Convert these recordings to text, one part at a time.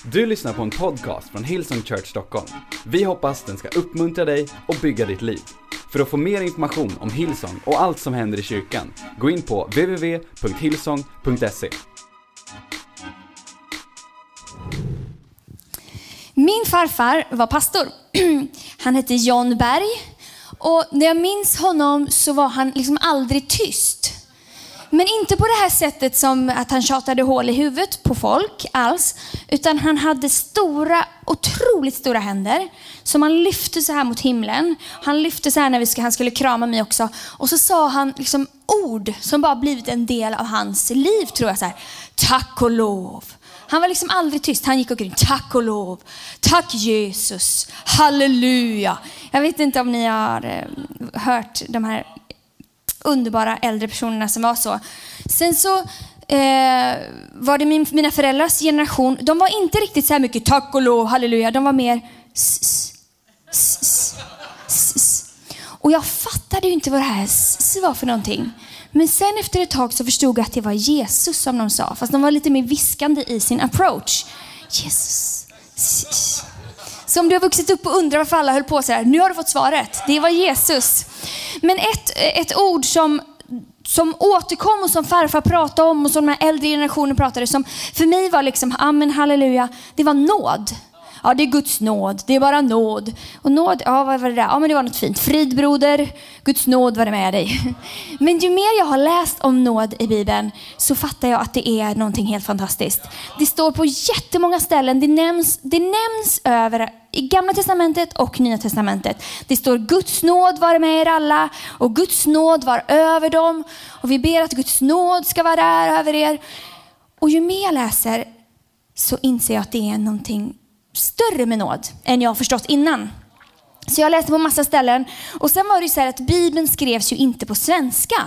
Du lyssnar på en podcast från Hillsong Church Stockholm. Vi hoppas den ska uppmuntra dig och bygga ditt liv. För att få mer information om Hillsong och allt som händer i kyrkan, gå in på www.hillsong.se. Min farfar var pastor. Han hette John Berg. Och när jag minns honom så var han liksom aldrig tyst. Men inte på det här sättet som att han tjatade hål i huvudet på folk alls. Utan han hade otroligt stora händer. Som han lyfte så här mot himlen. Han lyfte så här när han skulle krama mig också. Och så sa han liksom ord som bara blivit en del av hans liv, tror jag. Så här, tack och lov. Han var liksom aldrig tyst. Han gick omkring, tack och lov. Tack Jesus. Halleluja. Jag vet inte om ni har hört de här underbara äldre personerna som var så. Sen så var det mina föräldrars generation. De var inte riktigt så här mycket tack och lov, halleluja. De var mer och jag fattade ju inte vad det här var för någonting. Men sen efter ett tag så förstod jag att det var Jesus som de sa. Fast de var lite mer viskande i sin approach. Jesus. Så om du har vuxit upp och undrar varför alla höll på så här, nu har du fått svaret. Det var Jesus. Men ett ord som återkom och som farfar pratade om och som de här äldre generationen pratade, som för mig var liksom amen, halleluja, det var nåd. Ja, det är Guds nåd. Det är bara nåd. Och nåd, ja, vad var det där? Ja, men det var något fint. Frid, broder. Guds nåd var det med dig. Men ju mer jag har läst om nåd i Bibeln så fattar jag att det är någonting helt fantastiskt. Det står på jättemånga ställen. Det nämns över i Gamla testamentet och Nya testamentet. Det står Guds nåd var med er alla. Och Guds nåd var över dem. Och vi ber att Guds nåd ska vara där över er. Och ju mer jag läser så inser jag att det är någonting större med nåd än jag har förstått innan. Så jag läste på massa ställen. Och sen var det ju så här att Bibeln skrevs ju inte på svenska.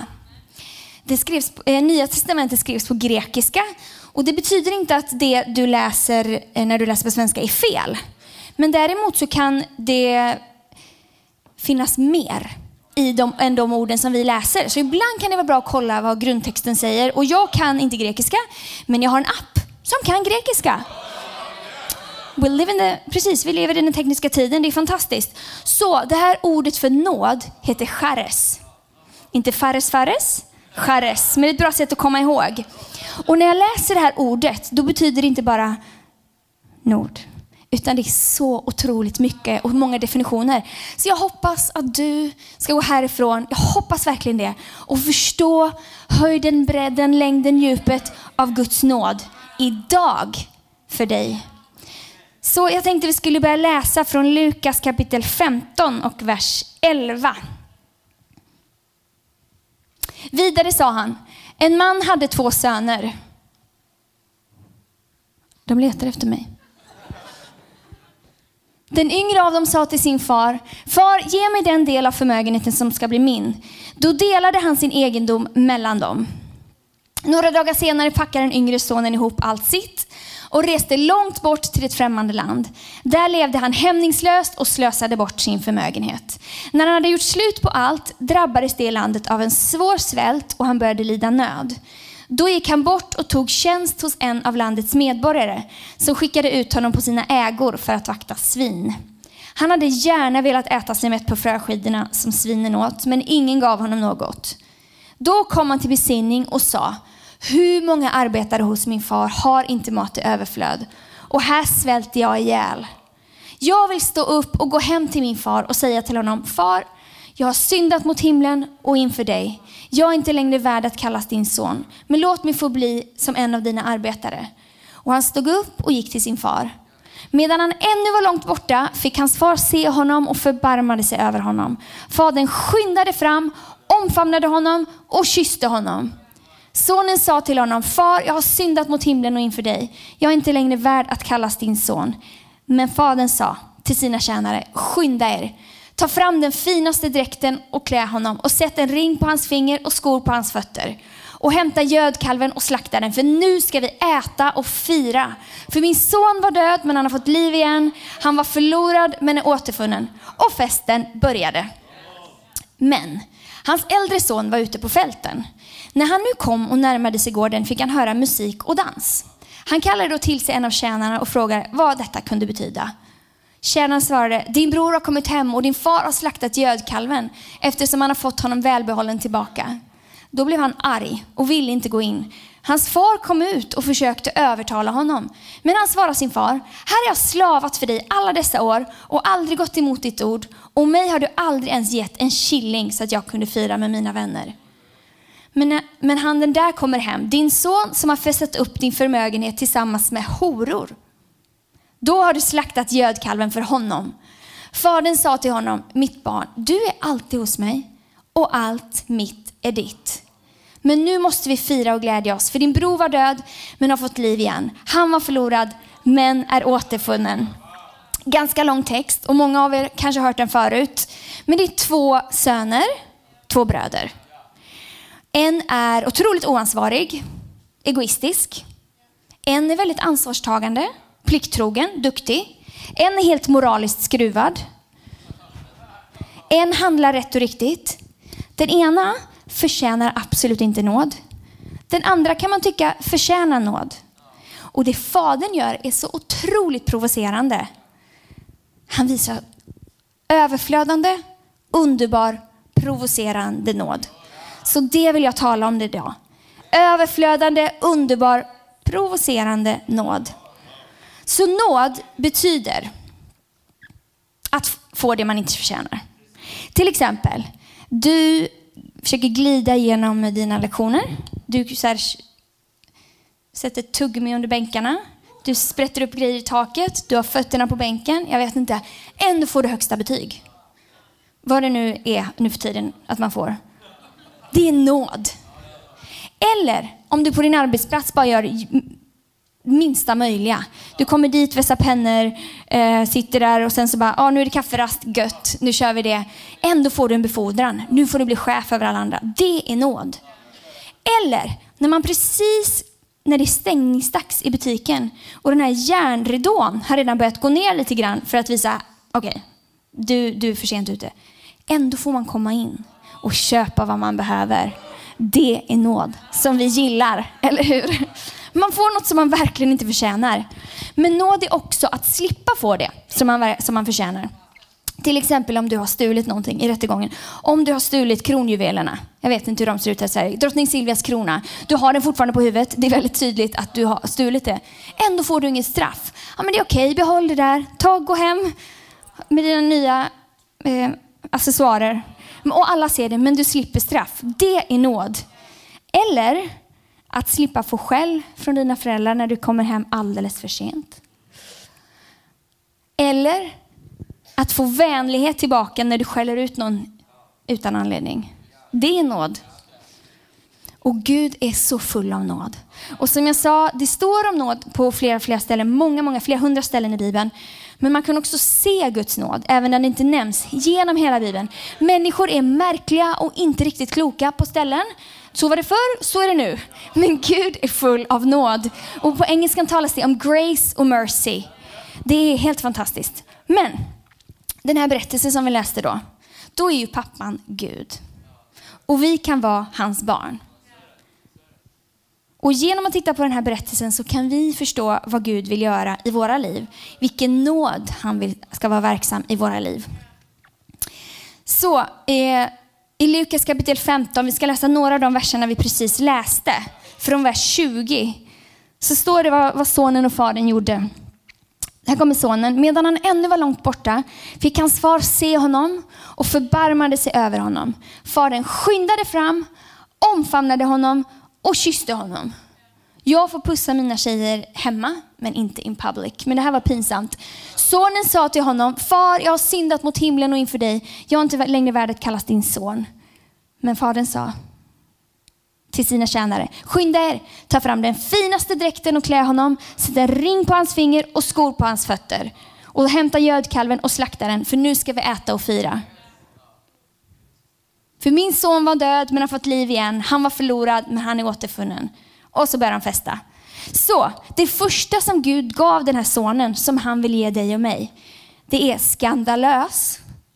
Nya testamentet skrevs på grekiska. Och det betyder inte att det du läser när du läser på svenska är fel. Men däremot så kan det finnas mer än de orden som vi läser. Så ibland kan det vara bra att kolla vad grundtexten säger. Och jag kan inte grekiska, men jag har en app som kan grekiska. Vi lever i den tekniska tiden, det är fantastiskt. Så det här ordet för nåd heter charis. Inte fares, charis. Men det är ett bra sätt att komma ihåg. Och när jag läser det här ordet, då betyder det inte bara nåd. Utan det är så otroligt mycket och många definitioner. Så jag hoppas att du ska gå härifrån, jag hoppas verkligen det, och förstå höjden, bredden, längden, djupet av Guds nåd idag för dig. Så jag tänkte vi skulle börja läsa från Lukas kapitel 15 och vers 11. Vidare sa han, en man hade 2 söner. De letar efter mig. Den yngre av dem sa till sin far, far, ge mig den del av förmögenheten som ska bli min. Då delade han sin egendom mellan dem. Några dagar senare packade den yngre sonen ihop allt sitt och reste långt bort till ett främmande land. Där levde han hämningslöst och slösade bort sin förmögenhet. När han hade gjort slut på allt drabbades det landet av en svår svält och han började lida nöd. Då gick han bort och tog tjänst hos en av landets medborgare som skickade ut honom på sina ägor för att vakta svin. Han hade gärna velat äta sig mätt på fröskidorna som svinen åt, men ingen gav honom något. Då kom han till besinning och sa, hur många arbetare hos min far har inte mat i överflöd? Och här svälter jag ihjäl. Jag vill stå upp och gå hem till min far och säga till honom, far, jag har syndat mot himlen och inför dig. Jag är inte längre värd att kallas din son, men låt mig få bli som en av dina arbetare. Och han stod upp och gick till sin far. Medan han ännu var långt borta fick hans far se honom och förbarmade sig över honom. Fadern skyndade fram, omfamnade honom och kysste honom. Sonen sa till honom, far, jag har syndat mot himlen och inför dig. Jag är inte längre värd att kallas din son. Men fadern sa till sina tjänare, skynda er. Ta fram den finaste dräkten och klä honom och sätt en ring på hans finger och skor på hans fötter. Och hämta gödkalven och slakta den, för nu ska vi äta och fira. För min son var död men han har fått liv igen. Han var förlorad men är återfunnen. Och festen började. Men hans äldre son var ute på fälten. När han nu kom och närmade sig gården fick han höra musik och dans. Han kallade då till sig en av tjänarna och frågade vad detta kunde betyda. Tjänaren svarade, din bror har kommit hem och din far har slaktat gödkalven eftersom han har fått honom välbehållen tillbaka. Då blev han arg och ville inte gå in. Hans far kom ut och försökte övertala honom. Men han svarade sin far, här har jag slavat för dig alla dessa år och aldrig gått emot ditt ord. Och mig har du aldrig ens gett en killing så att jag kunde fira med mina vänner. Men han den där kommer hem, din son som har festat upp din förmögenhet tillsammans med horor. Då har du slaktat gödkalven för honom. Fadern sa till honom, mitt barn, du är alltid hos mig och allt mitt är ditt. Men nu måste vi fira och glädja oss, för din bror var död men har fått liv igen. Han var förlorad men är återfunnen. Ganska lång text och många av er kanske har hört den förut. Men det är 2 söner, 2 bröder. En är otroligt oansvarig, egoistisk. En är väldigt ansvarstagande, plikttrogen, duktig. En är helt moraliskt skruvad. En handlar rätt och riktigt. Den ena förtjänar absolut inte nåd. Den andra kan man tycka förtjänar nåd. Och det fadern gör är så otroligt provocerande. Han visar överflödande, underbar, provocerande nåd. Så det vill jag tala om idag. Överflödande, underbar, provocerande nåd. Så nåd betyder att få det man inte förtjänar. Till exempel, du försöker glida igenom dina lektioner. Du så här, sätter tuggummi under bänkarna. Du sprätter upp grejer i taket. Du har fötterna på bänken. Jag vet inte. Ändå får du högsta betyg. Vad det nu är nu för tiden att man får. Det är nåd. Eller om du på din arbetsplats bara gör minsta möjliga. Du kommer dit, vässar pennor, sitter där och sen så bara, nu är det kafferast, gött, nu kör vi det. Ändå får du en befordran. Nu får du bli chef över alla andra. Det är nåd. Eller när det är stängningsdags i butiken och den här järnridån har redan börjat gå ner lite grann för att visa, okej, du är för sent ute. Ändå får man komma in och köpa vad man behöver. Det är nåd som vi gillar, eller hur? Man får något som man verkligen inte förtjänar. Men nåd är också att slippa få det som man förtjänar. Till exempel om du har stulit någonting i rättegången. Om du har stulit kronjuvelerna. Jag vet inte hur de ser ut här i Sverige. Drottning Silvias krona. Du har den fortfarande på huvudet. Det är väldigt tydligt att du har stulit det. Ändå får du ingen straff. Ja, men det är okej. Behåll det där. Gå hem med dina nya accessoarer. Och alla ser det, men du slipper straff. Det är nåd. Eller att slippa få skäll från dina föräldrar när du kommer hem alldeles för sent. Eller att få vänlighet tillbaka när du skäller ut någon utan anledning. Det är nåd. Och Gud är så full av nåd. Och som jag sa, det står om nåd på flera ställen. Flera hundra ställen i Bibeln. Men man kan också se Guds nåd, även när det inte nämns, genom hela Bibeln. Människor är märkliga och inte riktigt kloka på ställen. Så var det förr, så är det nu. Men Gud är full av nåd. Och på engelskan talas det om grace och mercy. Det är helt fantastiskt. Men den här berättelsen som vi läste då är ju pappan Gud. Och vi kan vara hans barn. Och genom att titta på den här berättelsen så kan vi förstå vad Gud vill göra i våra liv. Vilken nåd han ska vara verksam i våra liv. Så i Lukas kapitel 15, vi ska läsa några av de verserna vi precis läste. Från vers 20 så står det vad sonen och fadern gjorde. Här kommer sonen. Medan han ännu var långt borta fick hans far se honom och förbarmade sig över honom. Fadern skyndade fram, omfamnade honom och kysste honom. Jag får pussa mina tjejer hemma, men inte in public. Men det här var pinsamt. Sonen sa till honom, far, jag har syndat mot himlen och inför dig. Jag är inte längre värd att kallas din son. Men fadern sa till sina tjänare, skynda er, ta fram den finaste dräkten och klä honom, sätt en ring på hans finger och skor på hans fötter. Och hämta gödkalven och slakta den, för nu ska vi äta och fira. För min son var död men har fått liv igen. Han var förlorad men han är återfunnen. Och så börjar han festa. Så det första som Gud gav den här sonen som han vill ge dig och mig, det är skandalös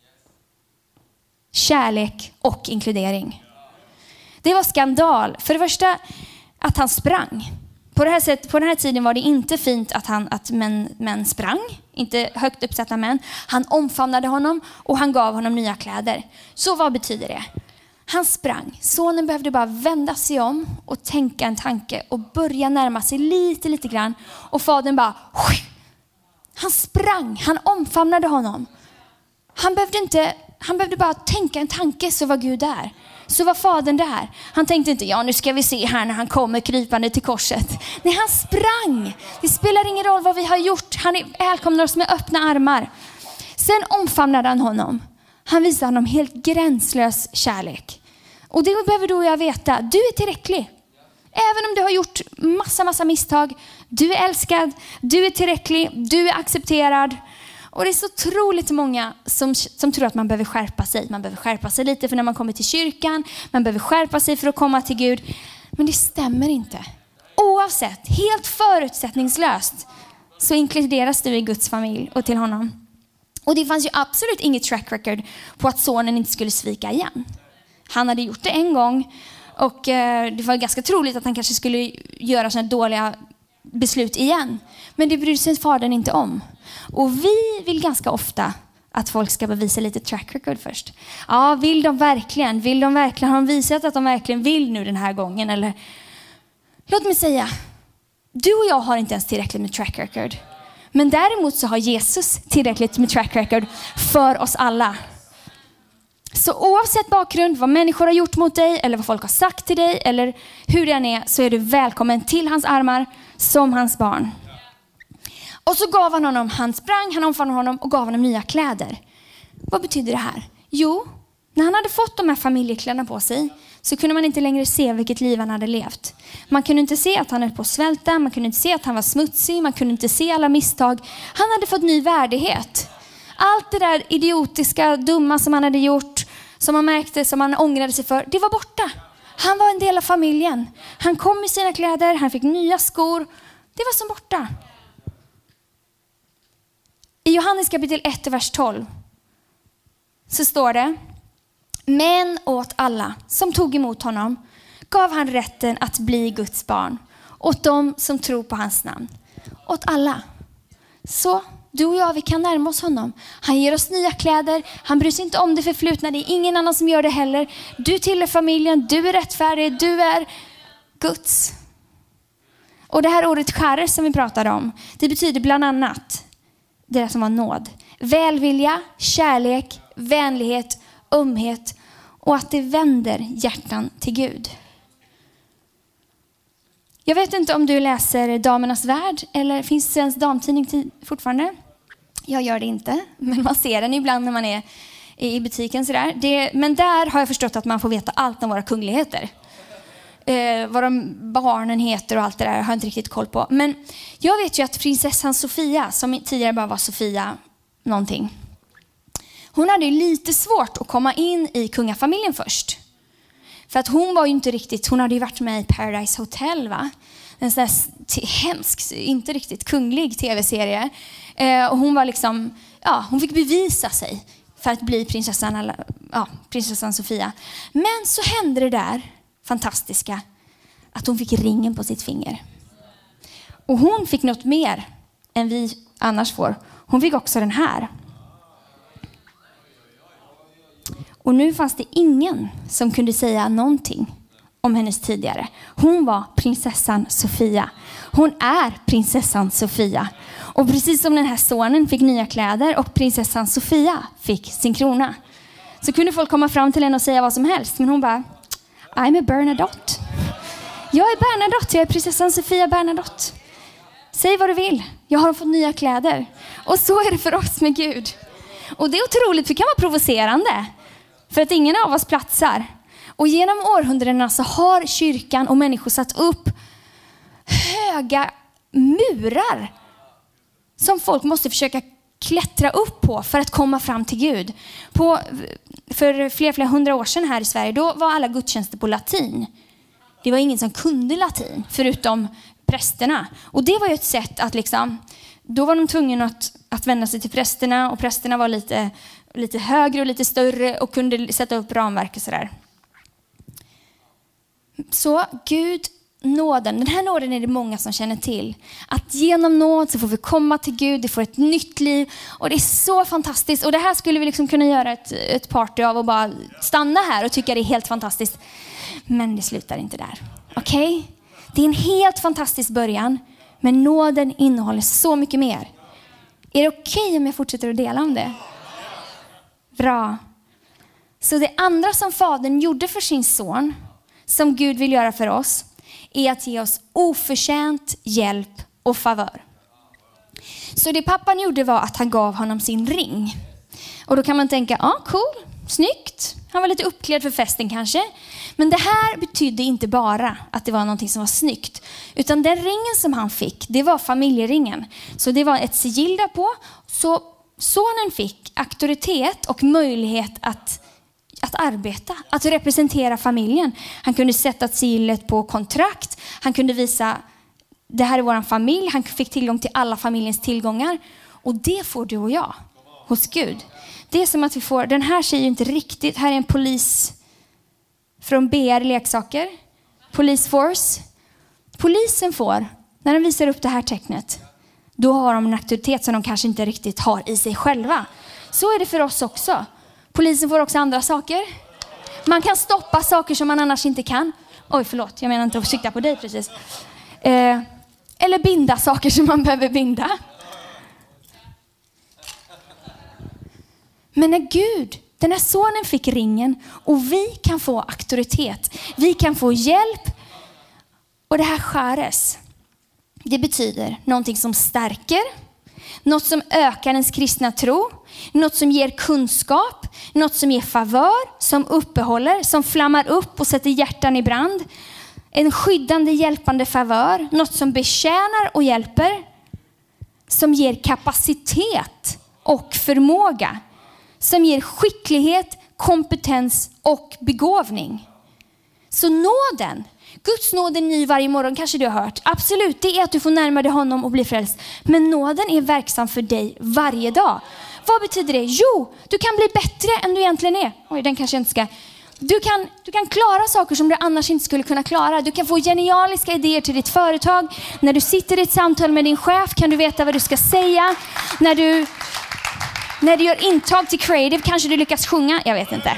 kärlek och inkludering. Det var skandal. För det första att han sprang. På den här tiden var det inte fint att män sprang, inte högt uppsatta män. Han omfamnade honom och han gav honom nya kläder. Så vad betyder det? Han sprang. Sonen behövde bara vända sig om och tänka en tanke och börja närma sig lite grann. Och fadern bara, han sprang, han omfamnade honom. Han behövde bara tänka en tanke, så var Gud där. Så var fadern där. Han tänkte inte, nu ska vi se här när han kommer krypande till korset. Nej, han sprang. Det spelar ingen roll vad vi har gjort. Han välkomnar oss med öppna armar. Sen omfamnade han honom. Han visade honom helt gränslös kärlek. Och det behöver du och jag veta. Du är tillräcklig. Även om du har gjort massa misstag. Du är älskad. Du är tillräcklig. Du är accepterad. Och det är så otroligt många som tror att man behöver skärpa sig. Man behöver skärpa sig lite för när man kommer till kyrkan. Man behöver skärpa sig för att komma till Gud. Men det stämmer inte. Oavsett, helt förutsättningslöst, så inkluderas du i Guds familj och till honom. Och det fanns ju absolut inget track record på att sonen inte skulle svika igen. Han hade gjort det en gång och det var ganska troligt att han kanske skulle göra sådana dåliga beslut igen. Men det bryr sig fadern inte om. Och vi vill ganska ofta att folk ska bevisa lite track record först. Ja, vill de verkligen? Har de visat att de verkligen vill nu den här gången? Eller låt mig säga, du och jag har inte ens tillräckligt med track record. Men däremot så har Jesus tillräckligt med track record för oss alla. Så oavsett bakgrund, vad människor har gjort mot dig eller vad folk har sagt till dig eller hur det än är, så är du välkommen till hans armar som hans barn. Och så gav han honom, han omfamnade honom och gav honom nya kläder. Vad betyder det här? Jo, när han hade fått de här familjekläderna på sig så kunde man inte längre se vilket liv han hade levt. Man kunde inte se att han höll på att svälta, man kunde inte se att han var smutsig, man kunde inte se alla misstag. Han hade fått ny värdighet. Allt det där idiotiska, dumma som han hade gjort, som han märkte, som han ångrade sig för, det var borta. Han var en del av familjen. Han kom i sina kläder, han fick nya skor. Det var som borta. I Johannes kapitel 1, vers 12 så står det: men åt alla som tog emot honom gav han rätten att bli Guds barn, åt dem som tror på hans namn. Åt alla. Så du och jag, vi kan närma oss honom. Han ger oss nya kläder. Han bryr sig inte om det förflutna. Det är ingen annan som gör det heller. Du tillhör familjen. Du är rättfärdig. Du är Guds. Och det här ordet skär som vi pratade om, det betyder bland annat det som var nåd. Välvilja, kärlek, vänlighet, ömhet och att det vänder hjärtan till Gud. Jag vet inte om du läser Damernas Värld eller finns det ens damtidning fortfarande? Jag gör det inte, men man ser den ibland när man är i butiken sådär. Men där har jag förstått att man får veta allt om våra kungligheter. Vad barnen heter och allt det där har jag inte riktigt koll på. Men jag vet ju att prinsessan Sofia, som tidigare bara var Sofia någonting, hon hade ju lite svårt att komma in i kungafamiljen först. För att hon var ju inte riktigt, hon hade ju varit med i Paradise Hotel, va? En sån där hemsk, inte riktigt kunglig tv-serie. Och hon var liksom, hon fick bevisa sig för att bli prinsessan Sofia. Men så hände det där fantastiska att hon fick ringen på sitt finger. Och hon fick något mer än vi annars får. Hon fick också den här. Och nu fanns det ingen som kunde säga någonting om hennes tidigare. Hon var prinsessan Sofia. Hon är prinsessan Sofia. Och precis som den här sonen fick nya kläder och prinsessan Sofia fick sin krona, så kunde folk komma fram till henne och säga vad som helst. Men hon bara, I'm a Bernadotte. Jag är Bernadotte, jag är prinsessan Sofia Bernadotte. Säg vad du vill, jag har fått nya kläder. Och så är det för oss med Gud. Och det är otroligt, för det kan vara provocerande. För att ingen av oss platsar. Och genom århundradena så har kyrkan och människor satt upp höga murar som folk måste försöka klättra upp på för att komma fram till Gud. För flera hundra år sedan här i Sverige, då var alla gudstjänster på latin. Det var ingen som kunde latin förutom prästerna. Och det var ju ett sätt att då var de tvungna att vända sig till prästerna, och prästerna var lite högre och lite större och kunde sätta upp ramverk och sådär. Så Gud nåden, den här nåden är det många som känner till. Att genom nåd så får vi komma till Gud, det får ett nytt liv. Och det är så fantastiskt. Och det här skulle vi liksom kunna göra ett party av och bara stanna här och tycka det är helt fantastiskt. Men det slutar inte där. Okej? Det är en helt fantastisk början. Men nåden innehåller så mycket mer. Är det okej om jag fortsätter att dela om det? Bra. Så det andra som Fadern gjorde för sin son, som Gud vill göra för oss, är att ge oss oförtjänt hjälp och favör. Så det pappan gjorde var att han gav honom sin ring. Och då kan man tänka, cool, snyggt. Han var lite uppklädd för festen kanske. Men det här betydde inte bara att det var någonting som var snyggt. Utan den ringen som han fick, det var familjeringen. Så det var ett sigill där på. Så sonen fick auktoritet och möjlighet att arbeta, att representera familjen. Han kunde sätta sigillet på kontrakt. Han kunde visa, det här är vår familj. Han fick tillgång till alla familjens tillgångar. Och det får du och jag hos Gud. Det är som att vi får, den här säger ju inte riktigt, här är en polis från BR leksaker. Police Force. Polisen får, när de visar upp det här tecknet, då har de en auktoritet som de kanske inte riktigt har i sig själva. Så är det för oss också. Polisen får också andra saker. Man kan stoppa saker som man annars inte kan. Oj, förlåt. Jag menar inte att sikta på dig precis. Eller binda saker som man behöver binda. Men när Gud, den här sonen fick ringen och vi kan få auktoritet. Vi kan få hjälp. Och det här skäres. Det betyder någonting som stärker. Något som ökar ens kristna tro. Något som ger kunskap. Något som ger favör. Som uppehåller. Som flammar upp och sätter hjärtan i brand. En skyddande, hjälpande favör. Något som betjänar och hjälper. Som ger kapacitet och förmåga. Som ger skicklighet, kompetens och begåvning. Så nåden. Guds nåd är ny varje morgon, kanske du har hört. Absolut, det är att du får närma dig honom och bli frälst. Men nåden är verksam för dig varje dag. Vad betyder det? Jo, du kan bli bättre än du egentligen är. Oj, den kanske jag inte ska. Du kan klara saker som du annars inte skulle kunna klara. Du kan få genialiska idéer till ditt företag. När du sitter i ett samtal med din chef kan du veta vad du ska säga. När du gör intag till creative kanske du lyckas sjunga. Jag vet inte.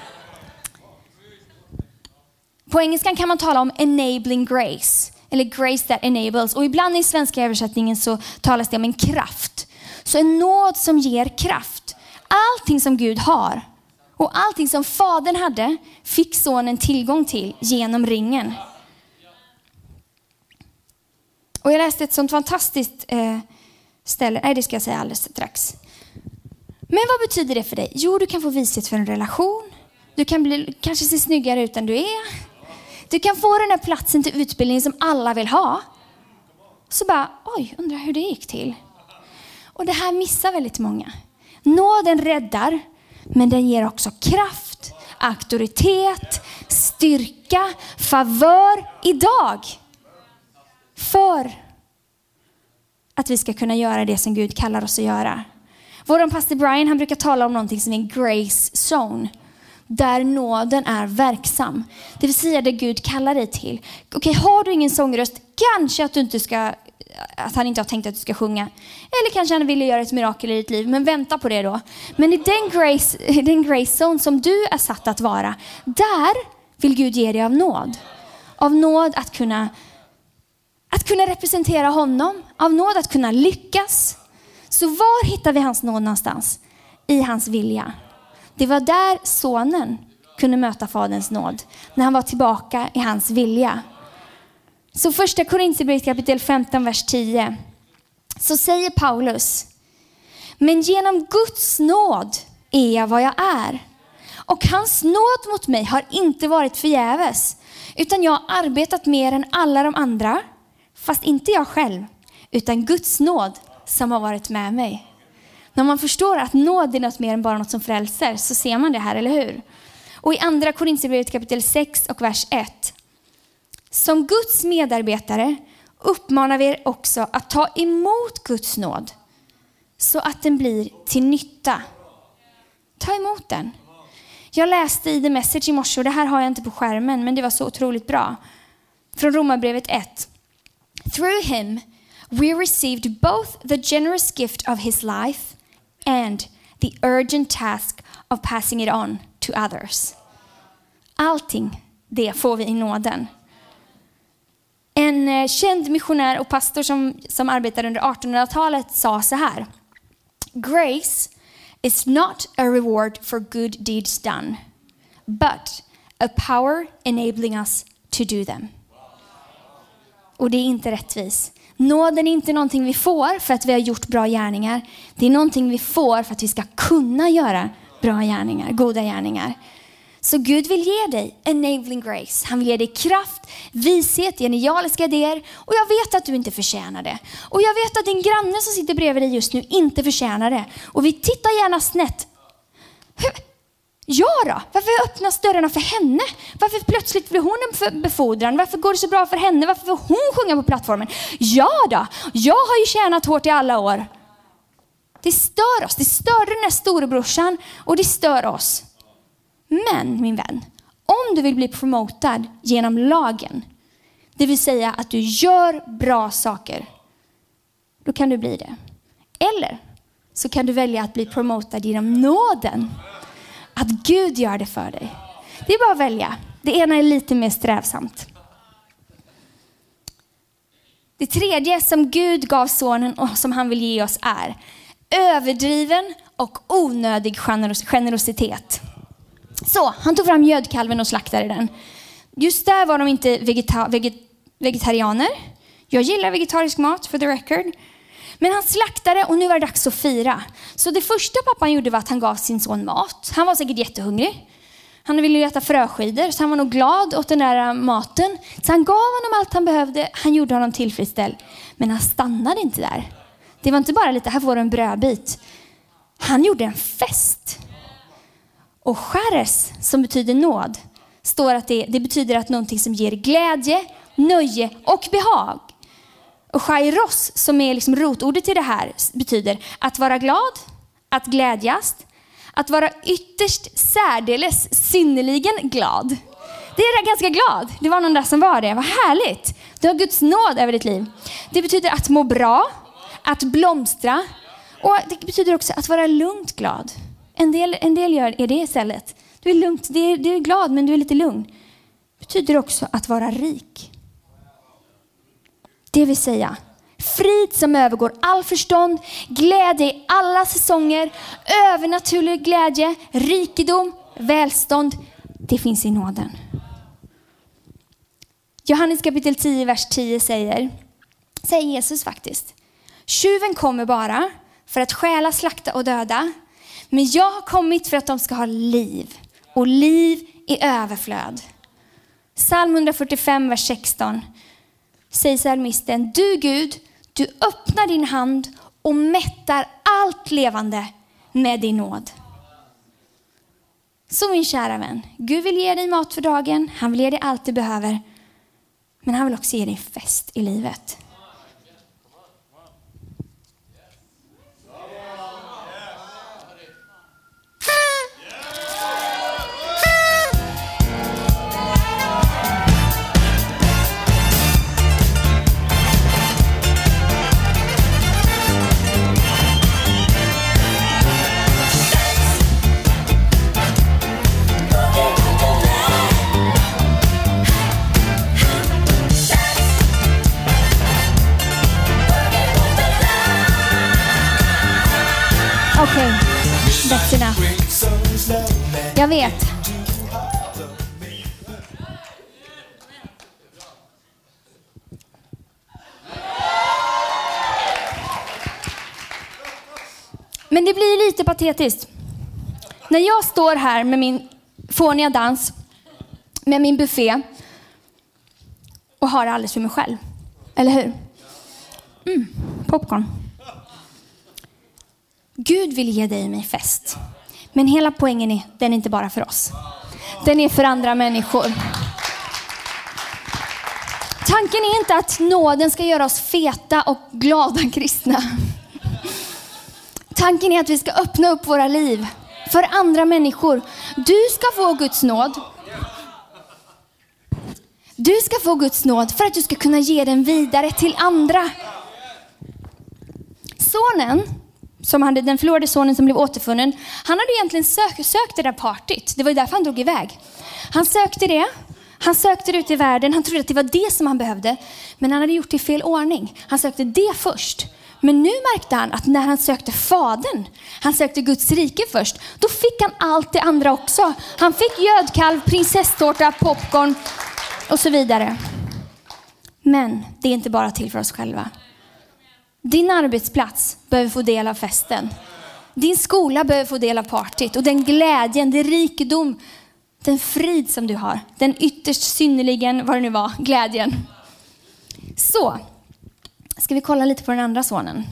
På engelskan kan man tala om enabling grace. Eller grace that enables. Och ibland i svenska översättningen så talas det om en kraft. Så en nåd som ger kraft. Allting som Gud har. Och allting som fadern hade fick sonen tillgång till genom ringen. Och jag läste ett sånt fantastiskt ställe. Nej, det ska jag säga alldeles strax. Men vad betyder det för dig? Jo, du kan få vishet för en relation. Du kan kanske se snyggare ut än du är. Du kan få den här platsen till utbildning som alla vill ha. Så bara, undrar hur det gick till. Och det här missar väldigt många. Nåden räddar, men den ger också kraft, auktoritet, styrka, favör idag. För att vi ska kunna göra det som Gud kallar oss att göra. Vår pastor Brian, han brukar tala om någonting som är en grace zone. Där nåden är verksam. Det vill säga det Gud kallar dig till. Okej, har du ingen sångröst, kanske att han inte har tänkt att du ska sjunga. Eller kanske han ville göra ett mirakel i ditt liv. Men vänta på det då. Men i den grace zone som du är satt att vara. Där vill Gud ge dig av nåd. Av nåd att kunna representera honom. Av nåd att kunna lyckas. Så var hittar vi hans nåd någonstans? I hans vilja. Det var där sonen kunde möta faderns nåd. När han var tillbaka i hans vilja. Så första Korinthierbrevet kapitel 15, vers 10. Så säger Paulus. Men genom Guds nåd är jag vad jag är. Och hans nåd mot mig har inte varit förgäves. Utan jag har arbetat mer än alla de andra. Fast inte jag själv. Utan Guds nåd som har varit med mig. När man förstår att nåd är något mer än bara något som frälser, så ser man det här, eller hur? Och i andra Korinthierbrevet kapitel 6 och vers 1. Som Guds medarbetare uppmanar vi er också att ta emot Guds nåd. Så att den blir till nytta. Ta emot den. Jag läste i The Message i morse, och det här har jag inte på skärmen, men det var så otroligt bra. Från Romarbrevet 1. Through him we received both the generous gift of his life and the urgent task of passing it on to others. Allting det får vi i nåden. En känd missionär och pastor som arbetade under 1800-talet sa så här: Grace is not a reward for good deeds done, but a power enabling us to do them. Och det är inte rättvis. Nåden är inte någonting vi får för att vi har gjort bra gärningar. Det är någonting vi får för att vi ska kunna göra bra gärningar, goda gärningar. Så Gud vill ge dig enabling grace. Han vill ge dig kraft, vishet, genialiska idéer. Och jag vet att du inte förtjänar det. Och jag vet att din granne som sitter bredvid dig just nu inte förtjänar det. Och vi tittar gärna snett. Ja då, varför öppnas dörrarna för henne? Varför plötsligt blir hon en befordran? Varför går det så bra för henne? Varför får hon sjunga på plattformen? Ja då, jag har ju tjänat hårt i alla år. Det stör oss, det störde den här storebrorsan och det stör oss. Men min vän, om du vill bli promotad genom lagen, det vill säga att du gör bra saker, då kan du bli det. Eller så kan du välja att bli promotad genom nåden. Att Gud gör det för dig. Det är bara att välja. Det ena är lite mer strävsamt. Det tredje som Gud gav sonen och som han vill ge oss är överdriven och onödig generositet. Så, han tog fram gödkalven och slaktade den. Just där var de inte vegetarianer. Jag gillar vegetarisk mat, for the record. Men han slaktade och nu var det dags att fira. Så det första pappan gjorde var att han gav sin son mat. Han var säkert jättehungrig. Han ville äta fröskidor, så han var nog glad åt den där maten. Så han gav honom allt han behövde. Han gjorde honom tillfredsställd. Men han stannade inte där. Det var inte bara lite, här får du en brödbit. Han gjorde en fest. Och chares, som betyder nåd, står att det betyder att någonting som ger glädje, nöje och behag. Och chairos, som är liksom rotordet till det här, betyder att vara glad, att glädjas, att vara ytterst särdeles synnerligen glad. Det är ganska glad. Det var någon där som var det. Vad härligt. Du har Guds nåd över ditt liv. Det betyder att må bra, att blomstra. Och det betyder också att vara lugnt glad. En del är det istället. Du är lugnt, du är glad men du är lite lugn. Det betyder också att vara rik. Det vill säga frid som övergår all förstånd, glädje i alla säsonger, övernaturlig glädje, rikedom, välstånd. Det finns i nåden. Johannes kapitel 10, vers 10 säger Jesus faktiskt: tjuven kommer bara för att stjäla, slakta och döda. Men jag har kommit för att de ska ha liv. Och liv i överflöd. Psalm 145, vers 16. Säger psalmisten: du Gud, du öppnar din hand och mättar allt levande med din nåd. Så min kära vän, Gud vill ge dig mat för dagen. Han vill ge dig allt du behöver. Men han vill också ge dig fest i livet. Okej, that's enough. Jag vet. Men det blir lite patetiskt. När jag står här med min fåniga dans, med min buffé och har alldeles för mig själv. Eller hur? Popcorn. Gud vill ge dig och mig fest. Men hela poängen är, den är inte bara för oss. Den är för andra människor. Tanken är inte att nåden ska göra oss feta och glada kristna. Tanken är att vi ska öppna upp våra liv för andra människor. Du ska få Guds nåd. Du ska få Guds nåd för att du ska kunna ge den vidare till andra. Sonen, som hade den förlorade sonen som blev återfunnen, han hade egentligen sökt det där partyt. Det var ju därför han drog iväg. Han sökte det. Han sökte det ut i världen. Han trodde att det var det som han behövde. Men han hade gjort det i fel ordning. Han sökte det först. Men nu märkte han att när han sökte fadern, han sökte Guds rike först, då fick han allt det andra också. Han fick gödkalv, prinsesstårta, popcorn och så vidare. Men det är inte bara till för oss själva. Din arbetsplats behöver få del av festen. Din skola behöver få del av partyt. Och den glädjen, den rikedom, den frid som du har. Den ytterst synnerligen, vad det nu var, glädjen. Så, ska vi kolla lite på den andra sonen.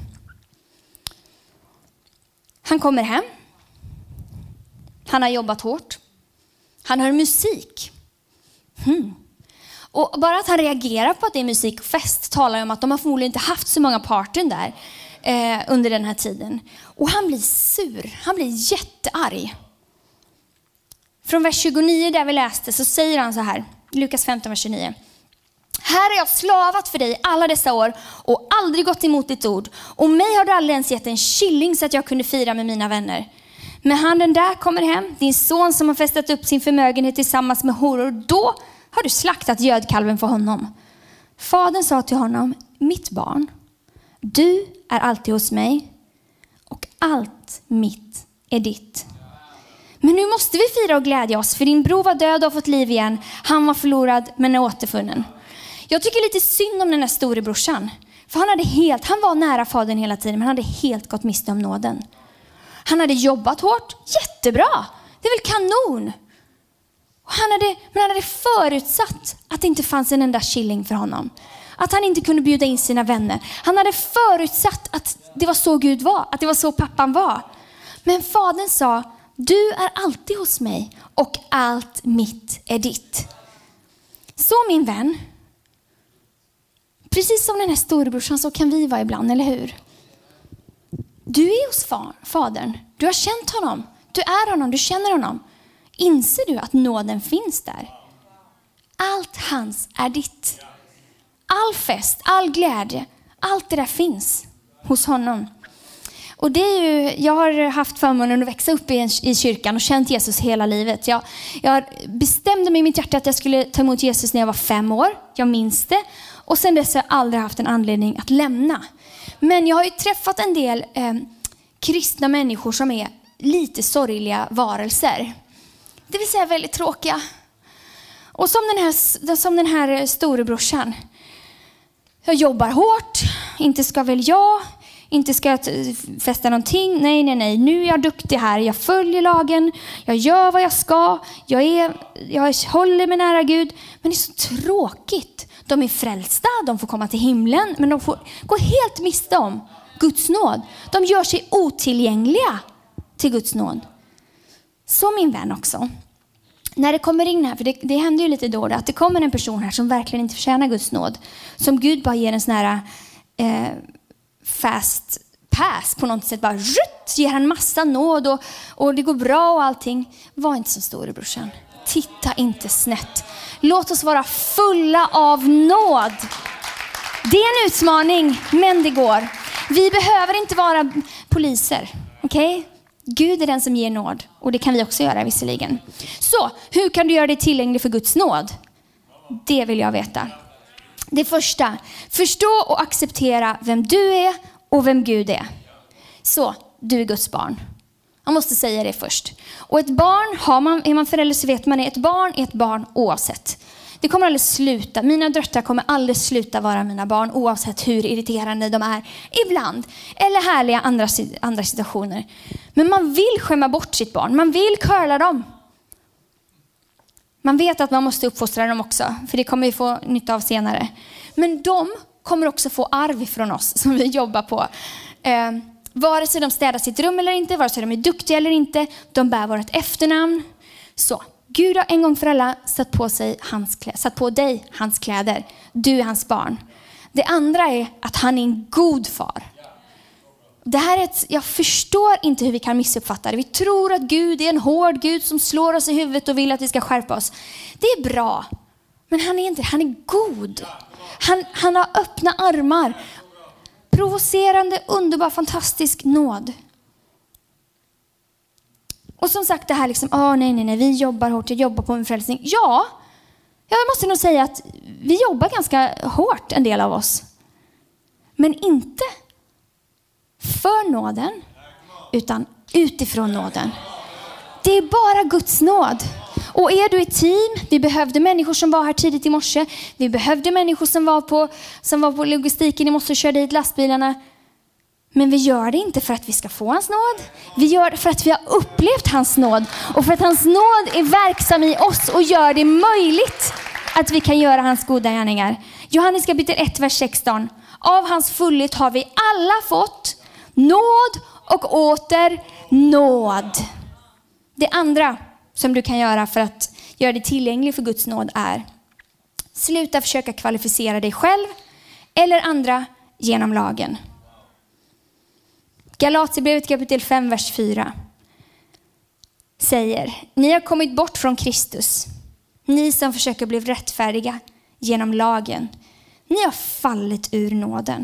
Han kommer hem. Han har jobbat hårt. Han hör musik. Och bara att han reagerar på att det är musik och fest talar om att de har förmodligen inte haft så många partyn där under den här tiden. Och han blir sur. Han blir jättearg. Från vers 29 där vi läste så säger han så här. Lukas 15, vers 29. Här har jag slavat för dig alla dessa år och aldrig gått emot ditt ord. Och mig har du aldrig ens gett en killing så att jag kunde fira med mina vänner. Men han den där kommer hem, din son som har festat upp sin förmögenhet tillsammans med horor. Då har du slaktat gödkalven för honom. Fadern sa till honom, mitt barn, du är alltid hos mig och allt mitt är ditt. Men nu måste vi fira och glädja oss, för din bror var död och har fått liv igen. Han var förlorad men är återfunnen. Jag tycker lite synd om den här storebrorsan. För han var nära fadern hela tiden, men han hade helt gått miste om nåden. Han hade jobbat hårt, jättebra. Det är väl kanon. Men han hade förutsatt att det inte fanns en enda killing för honom. Att han inte kunde bjuda in sina vänner. Han hade förutsatt att det var så Gud var, att det var så pappan var. Men fadern sa, du är alltid hos mig och allt mitt är ditt. Så min vän, precis som den här storebrorsan så kan vi vara ibland, eller hur? Du är hos fadern, du har känt honom, du är honom, du känner honom. Inser du att nåden finns där? Allt hans är ditt. All fest, all glädje, allt det där finns hos honom. Och det är ju, jag har haft förmånen att växa upp i kyrkan och känt Jesus hela livet. Jag bestämde mig i mitt hjärta att jag skulle ta emot Jesus när jag var 5 år. Jag minns det. Och sen dess har jag aldrig haft en anledning att lämna. Men jag har ju träffat en del kristna människor som är lite sorgliga varelser. Det vill säga väldigt tråkiga. Och som den här storebrorsan. Jag jobbar hårt, inte ska väl jag... Inte ska jag fästa någonting. Nej. Nu är jag duktig här. Jag följer lagen. Jag gör vad jag ska. Jag håller mig nära Gud. Men det är så tråkigt. De är frälsta. De får komma till himlen. Men de får gå helt miste om Guds nåd. De gör sig otillgängliga till Guds nåd. Så min vän också. När det kommer in här, för det händer ju lite då att det kommer en person här som verkligen inte förtjänar Guds nåd. Som Gud bara ger en sån här... fast pass på något sätt, bara ger han massa nåd och det går bra och allting. Var inte så storebrorsan. Titta inte snett. Låt oss vara fulla av nåd. Det är en utmaning, men det går. Vi behöver inte vara poliser, okej? Gud är den som ger nåd, och det kan vi också göra visserligen. Så, hur kan du göra dig tillgänglig för Guds nåd? Det vill jag veta. Det första, förstå och acceptera vem du är och vem Gud är. Så, du är Guds barn. Man måste säga det först. Och ett barn, är man förälder så vet man det. Ett barn oavsett. Det kommer aldrig sluta. Mina döttrar kommer aldrig sluta vara mina barn oavsett hur irriterande de är ibland. Eller härliga andra situationer. Men man vill skämma bort sitt barn. Man vill curla dem. Man vet att man måste uppfostra dem också. För det kommer vi få nytta av senare. Men de kommer också få arv från oss som vi jobbar på. Vare sig de städar sitt rum eller inte. Vare sig de är duktiga eller inte. De bär vårt efternamn. Så, Gud har en gång för alla satt på dig hans kläder. Du är hans barn. Det andra är att han är en god far. Det här är jag förstår inte hur vi kan missuppfatta det. Vi tror att Gud är en hård Gud som slår oss i huvudet och vill att vi ska skärpa oss. Det är bra. Men han är inte, han är god. Han har öppna armar. Provocerande, underbar, fantastisk nåd. Och som sagt det här liksom, nej, vi jobbar hårt, jag jobbar på en frälsning. Ja, jag måste nog säga att vi jobbar ganska hårt, en del av oss. Men inte för nåden, utan utifrån nåden. Det är bara Guds nåd. Och är du i team, vi behövde människor som var här tidigt i morse. Vi behövde människor som var på logistiken i morse och körde hit lastbilarna. Men vi gör det inte för att vi ska få hans nåd. Vi gör det för att vi har upplevt hans nåd. Och för att hans nåd är verksam i oss och gör det möjligt att vi kan göra hans goda gärningar. Johannes kapitel 1, vers 16. Av hans fullhet har vi alla fått nåd och åter nåd. Det andra som du kan göra för att göra dig tillgänglig för Guds nåd är: sluta försöka kvalificera dig själv eller andra genom lagen. Galaterbrevet kapitel 5, vers 4 säger: ni har kommit bort från Kristus. Ni som försöker bli rättfärdiga genom lagen. Ni har fallit ur nåden.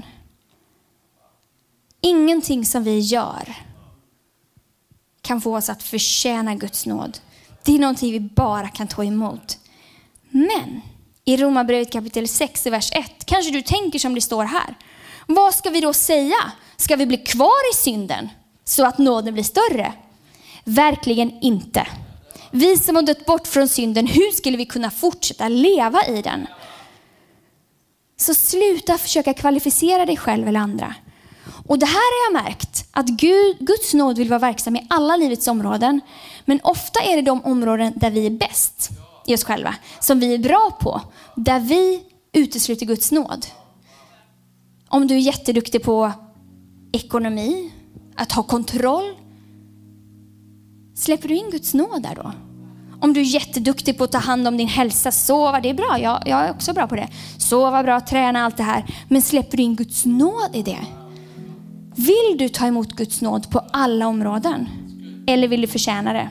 Ingenting som vi gör kan få oss att förtjäna Guds nåd. Det är någonting vi bara kan ta emot. Men i Romarbrevet kapitel 6, vers 1 kanske du tänker som det står här. Vad ska vi då säga? Ska vi bli kvar i synden så att nåden blir större? Verkligen inte. Vi som har dött bort från synden, hur skulle vi kunna fortsätta leva i den? Så sluta försöka kvalificera dig själv eller andra. Och det här har jag märkt, att Guds nåd vill vara verksam i alla livets områden. Men ofta är det de områden där vi är bäst i oss själva, som vi är bra på, där vi utesluter Guds nåd. Om du är jätteduktig på ekonomi, att ha kontroll, släpper du in Guds nåd där då? Om du är jätteduktig på att ta hand om din hälsa, sova, det är bra, jag är också bra på det. Sova bra, träna, allt det här. Men släpper du in Guds nåd i det? Vill du ta emot Guds nåd på alla områden? Eller vill du förtjäna det?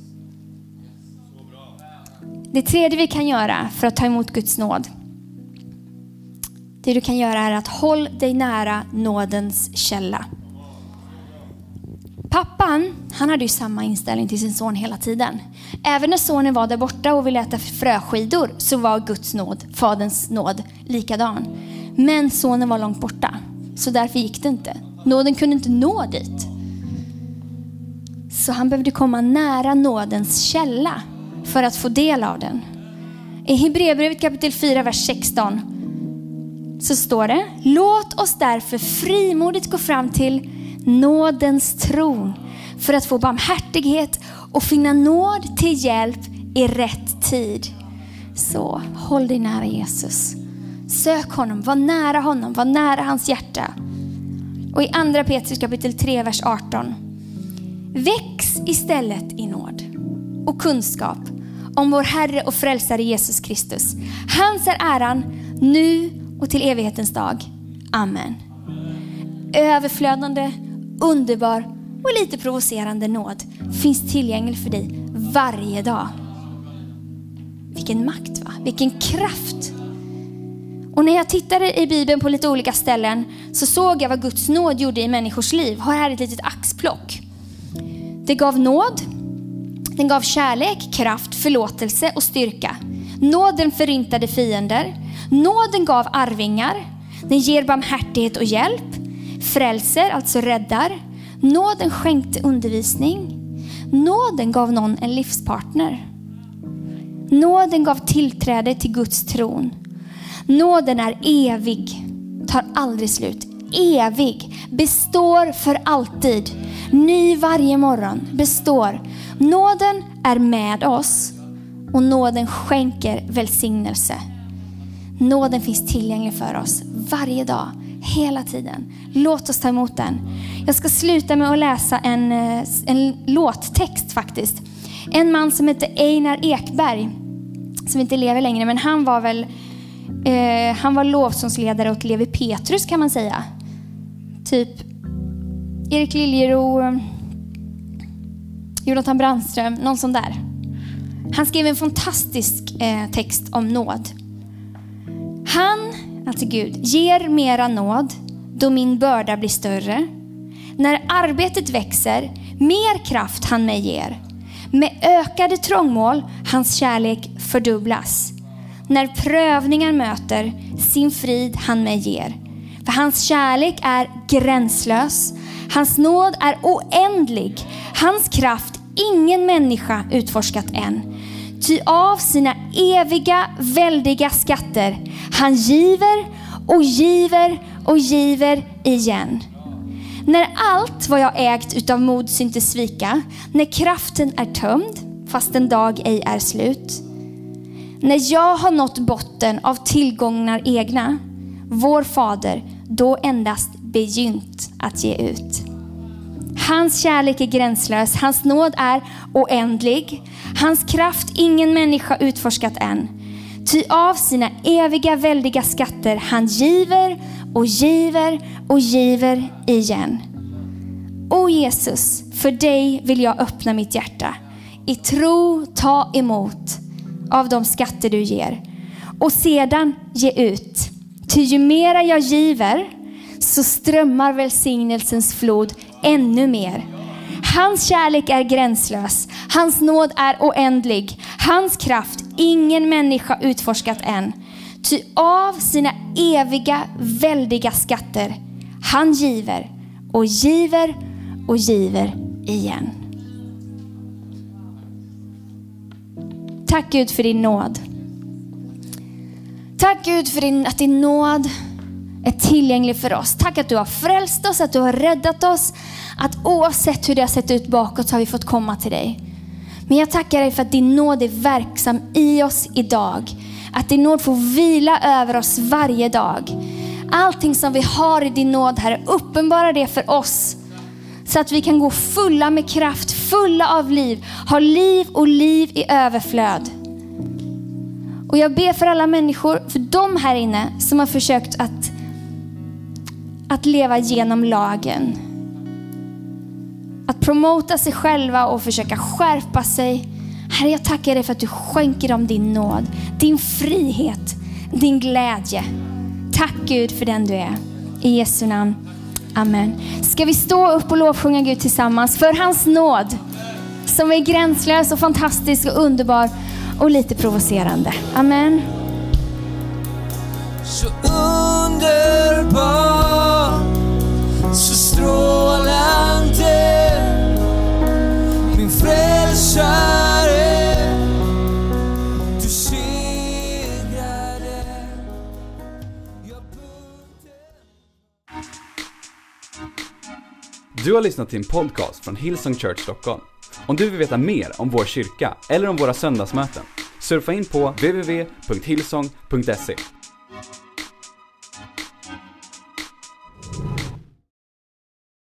Det tredje vi kan göra för att ta emot Guds nåd, det du kan göra är att håll dig nära nådens källa. Pappan, han hade ju samma inställning till sin son hela tiden. Även när sonen var där borta och ville äta fröskidor så var Guds nåd, faderns nåd, likadan. Men sonen var långt borta, så därför gick det inte. Nåden kunde inte nå dit. Så han behövde komma nära nådens källa för att få del av den. I Hebreerbrevet kapitel 4, vers 16 så står det: låt oss därför frimodigt gå fram till nådens tron för att få barmhärtighet och finna nåd till hjälp i rätt tid. Så håll dig nära Jesus. Sök honom, var nära hans hjärta. Och i andra Petrus kapitel 3, vers 18. Väx istället i nåd och kunskap om vår Herre och frälsare Jesus Kristus. Hans är äran nu och till evighetens dag. Amen. Överflödande, underbar och lite provocerande nåd finns tillgänglig för dig varje dag. Vilken makt, va? Vilken kraft. Och när jag tittade i Bibeln på lite olika ställen så såg jag vad Guds nåd gjorde i människors liv. Har här ett litet axplock. Det gav nåd. Den gav kärlek, kraft, förlåtelse och styrka. Nåden förintade fiender. Nåden gav arvingar. Den ger barmhärtighet och hjälp. Frälser, alltså räddar. Nåden skänkte undervisning. Nåden gav någon en livspartner. Nåden gav tillträde till Guds tron. Nåden är evig, tar aldrig slut. Evig, består för alltid. Ny varje morgon, består. Nåden är med oss och nåden skänker välsignelse. Nåden finns tillgänglig för oss varje dag, hela tiden. Låt oss ta emot den. Jag ska sluta med att läsa en låttext faktiskt. En man som heter Einar Ekberg, som inte lever längre, men han var lovsångsledare åt Levi Petrus kan man säga. Typ Erik Liljero, Jonathan Brandström, någon sån där. Han skrev en fantastisk text om nåd. Han, alltså Gud, ger mera nåd då min börda blir större. När arbetet växer, mer kraft han mig ger. Med ökade trångmål, hans kärlek fördubblas. När prövningar möter, sin frid han mig ger. För hans kärlek är gränslös. Hans nåd är oändlig. Hans kraft ingen människa utforskat än. Ty av sina eviga, väldiga skatter han giver och giver och giver igen. När allt vad jag ägt utav mod syntes svika, när kraften är tömd, fast en dag ej är slut. När jag har nått botten av tillgångar egna, vår fader då endast begynt att ge ut. Hans kärlek är gränslös, hans nåd är oändlig. Hans kraft ingen människa utforskat än. Ty av sina eviga väldiga skatter han giver och giver och giver igen. O Jesus, för dig vill jag öppna mitt hjärta. I tro ta emot av de skatter du ger. Och sedan ge ut. Ty ju mera jag giver så strömmar välsignelsens flod ännu mer. Hans kärlek är gränslös. Hans nåd är oändlig. Hans kraft ingen människa utforskat än. Ty av sina eviga väldiga skatter han giver och giver och giver igen. Tack Gud för din nåd. Tack Gud för att din nåd är tillgänglig för oss. Tack att du har frälst oss, att du har räddat oss. Att oavsett hur det har sett ut bakåt så har vi fått komma till dig. Men jag tackar dig för att din nåd är verksam i oss idag. Att din nåd får vila över oss varje dag. Allting som vi har i din nåd, Herre, uppenbara det för oss. Så att vi kan gå fulla med kraft, fulla av liv. Ha liv och liv i överflöd. Och jag ber för alla människor, för de här inne som har försökt att leva genom lagen. Att promota sig själva och försöka skärpa sig. Herre, jag tackar dig för att du skänker dem din nåd, din frihet, din glädje. Tack Gud för den du är. I Jesu namn. Amen. Ska vi stå upp och lovsjunga Gud tillsammans för hans nåd som är gränslös och fantastisk och underbar och lite provocerande. Amen. Så underbar, så strålande, min frälsare, du segrade. Du har lyssnat till en podcast från Hillsong Church Stockholm. Om du vill veta mer om vår kyrka eller om våra söndagsmöten, surfa in på www.hillsong.se.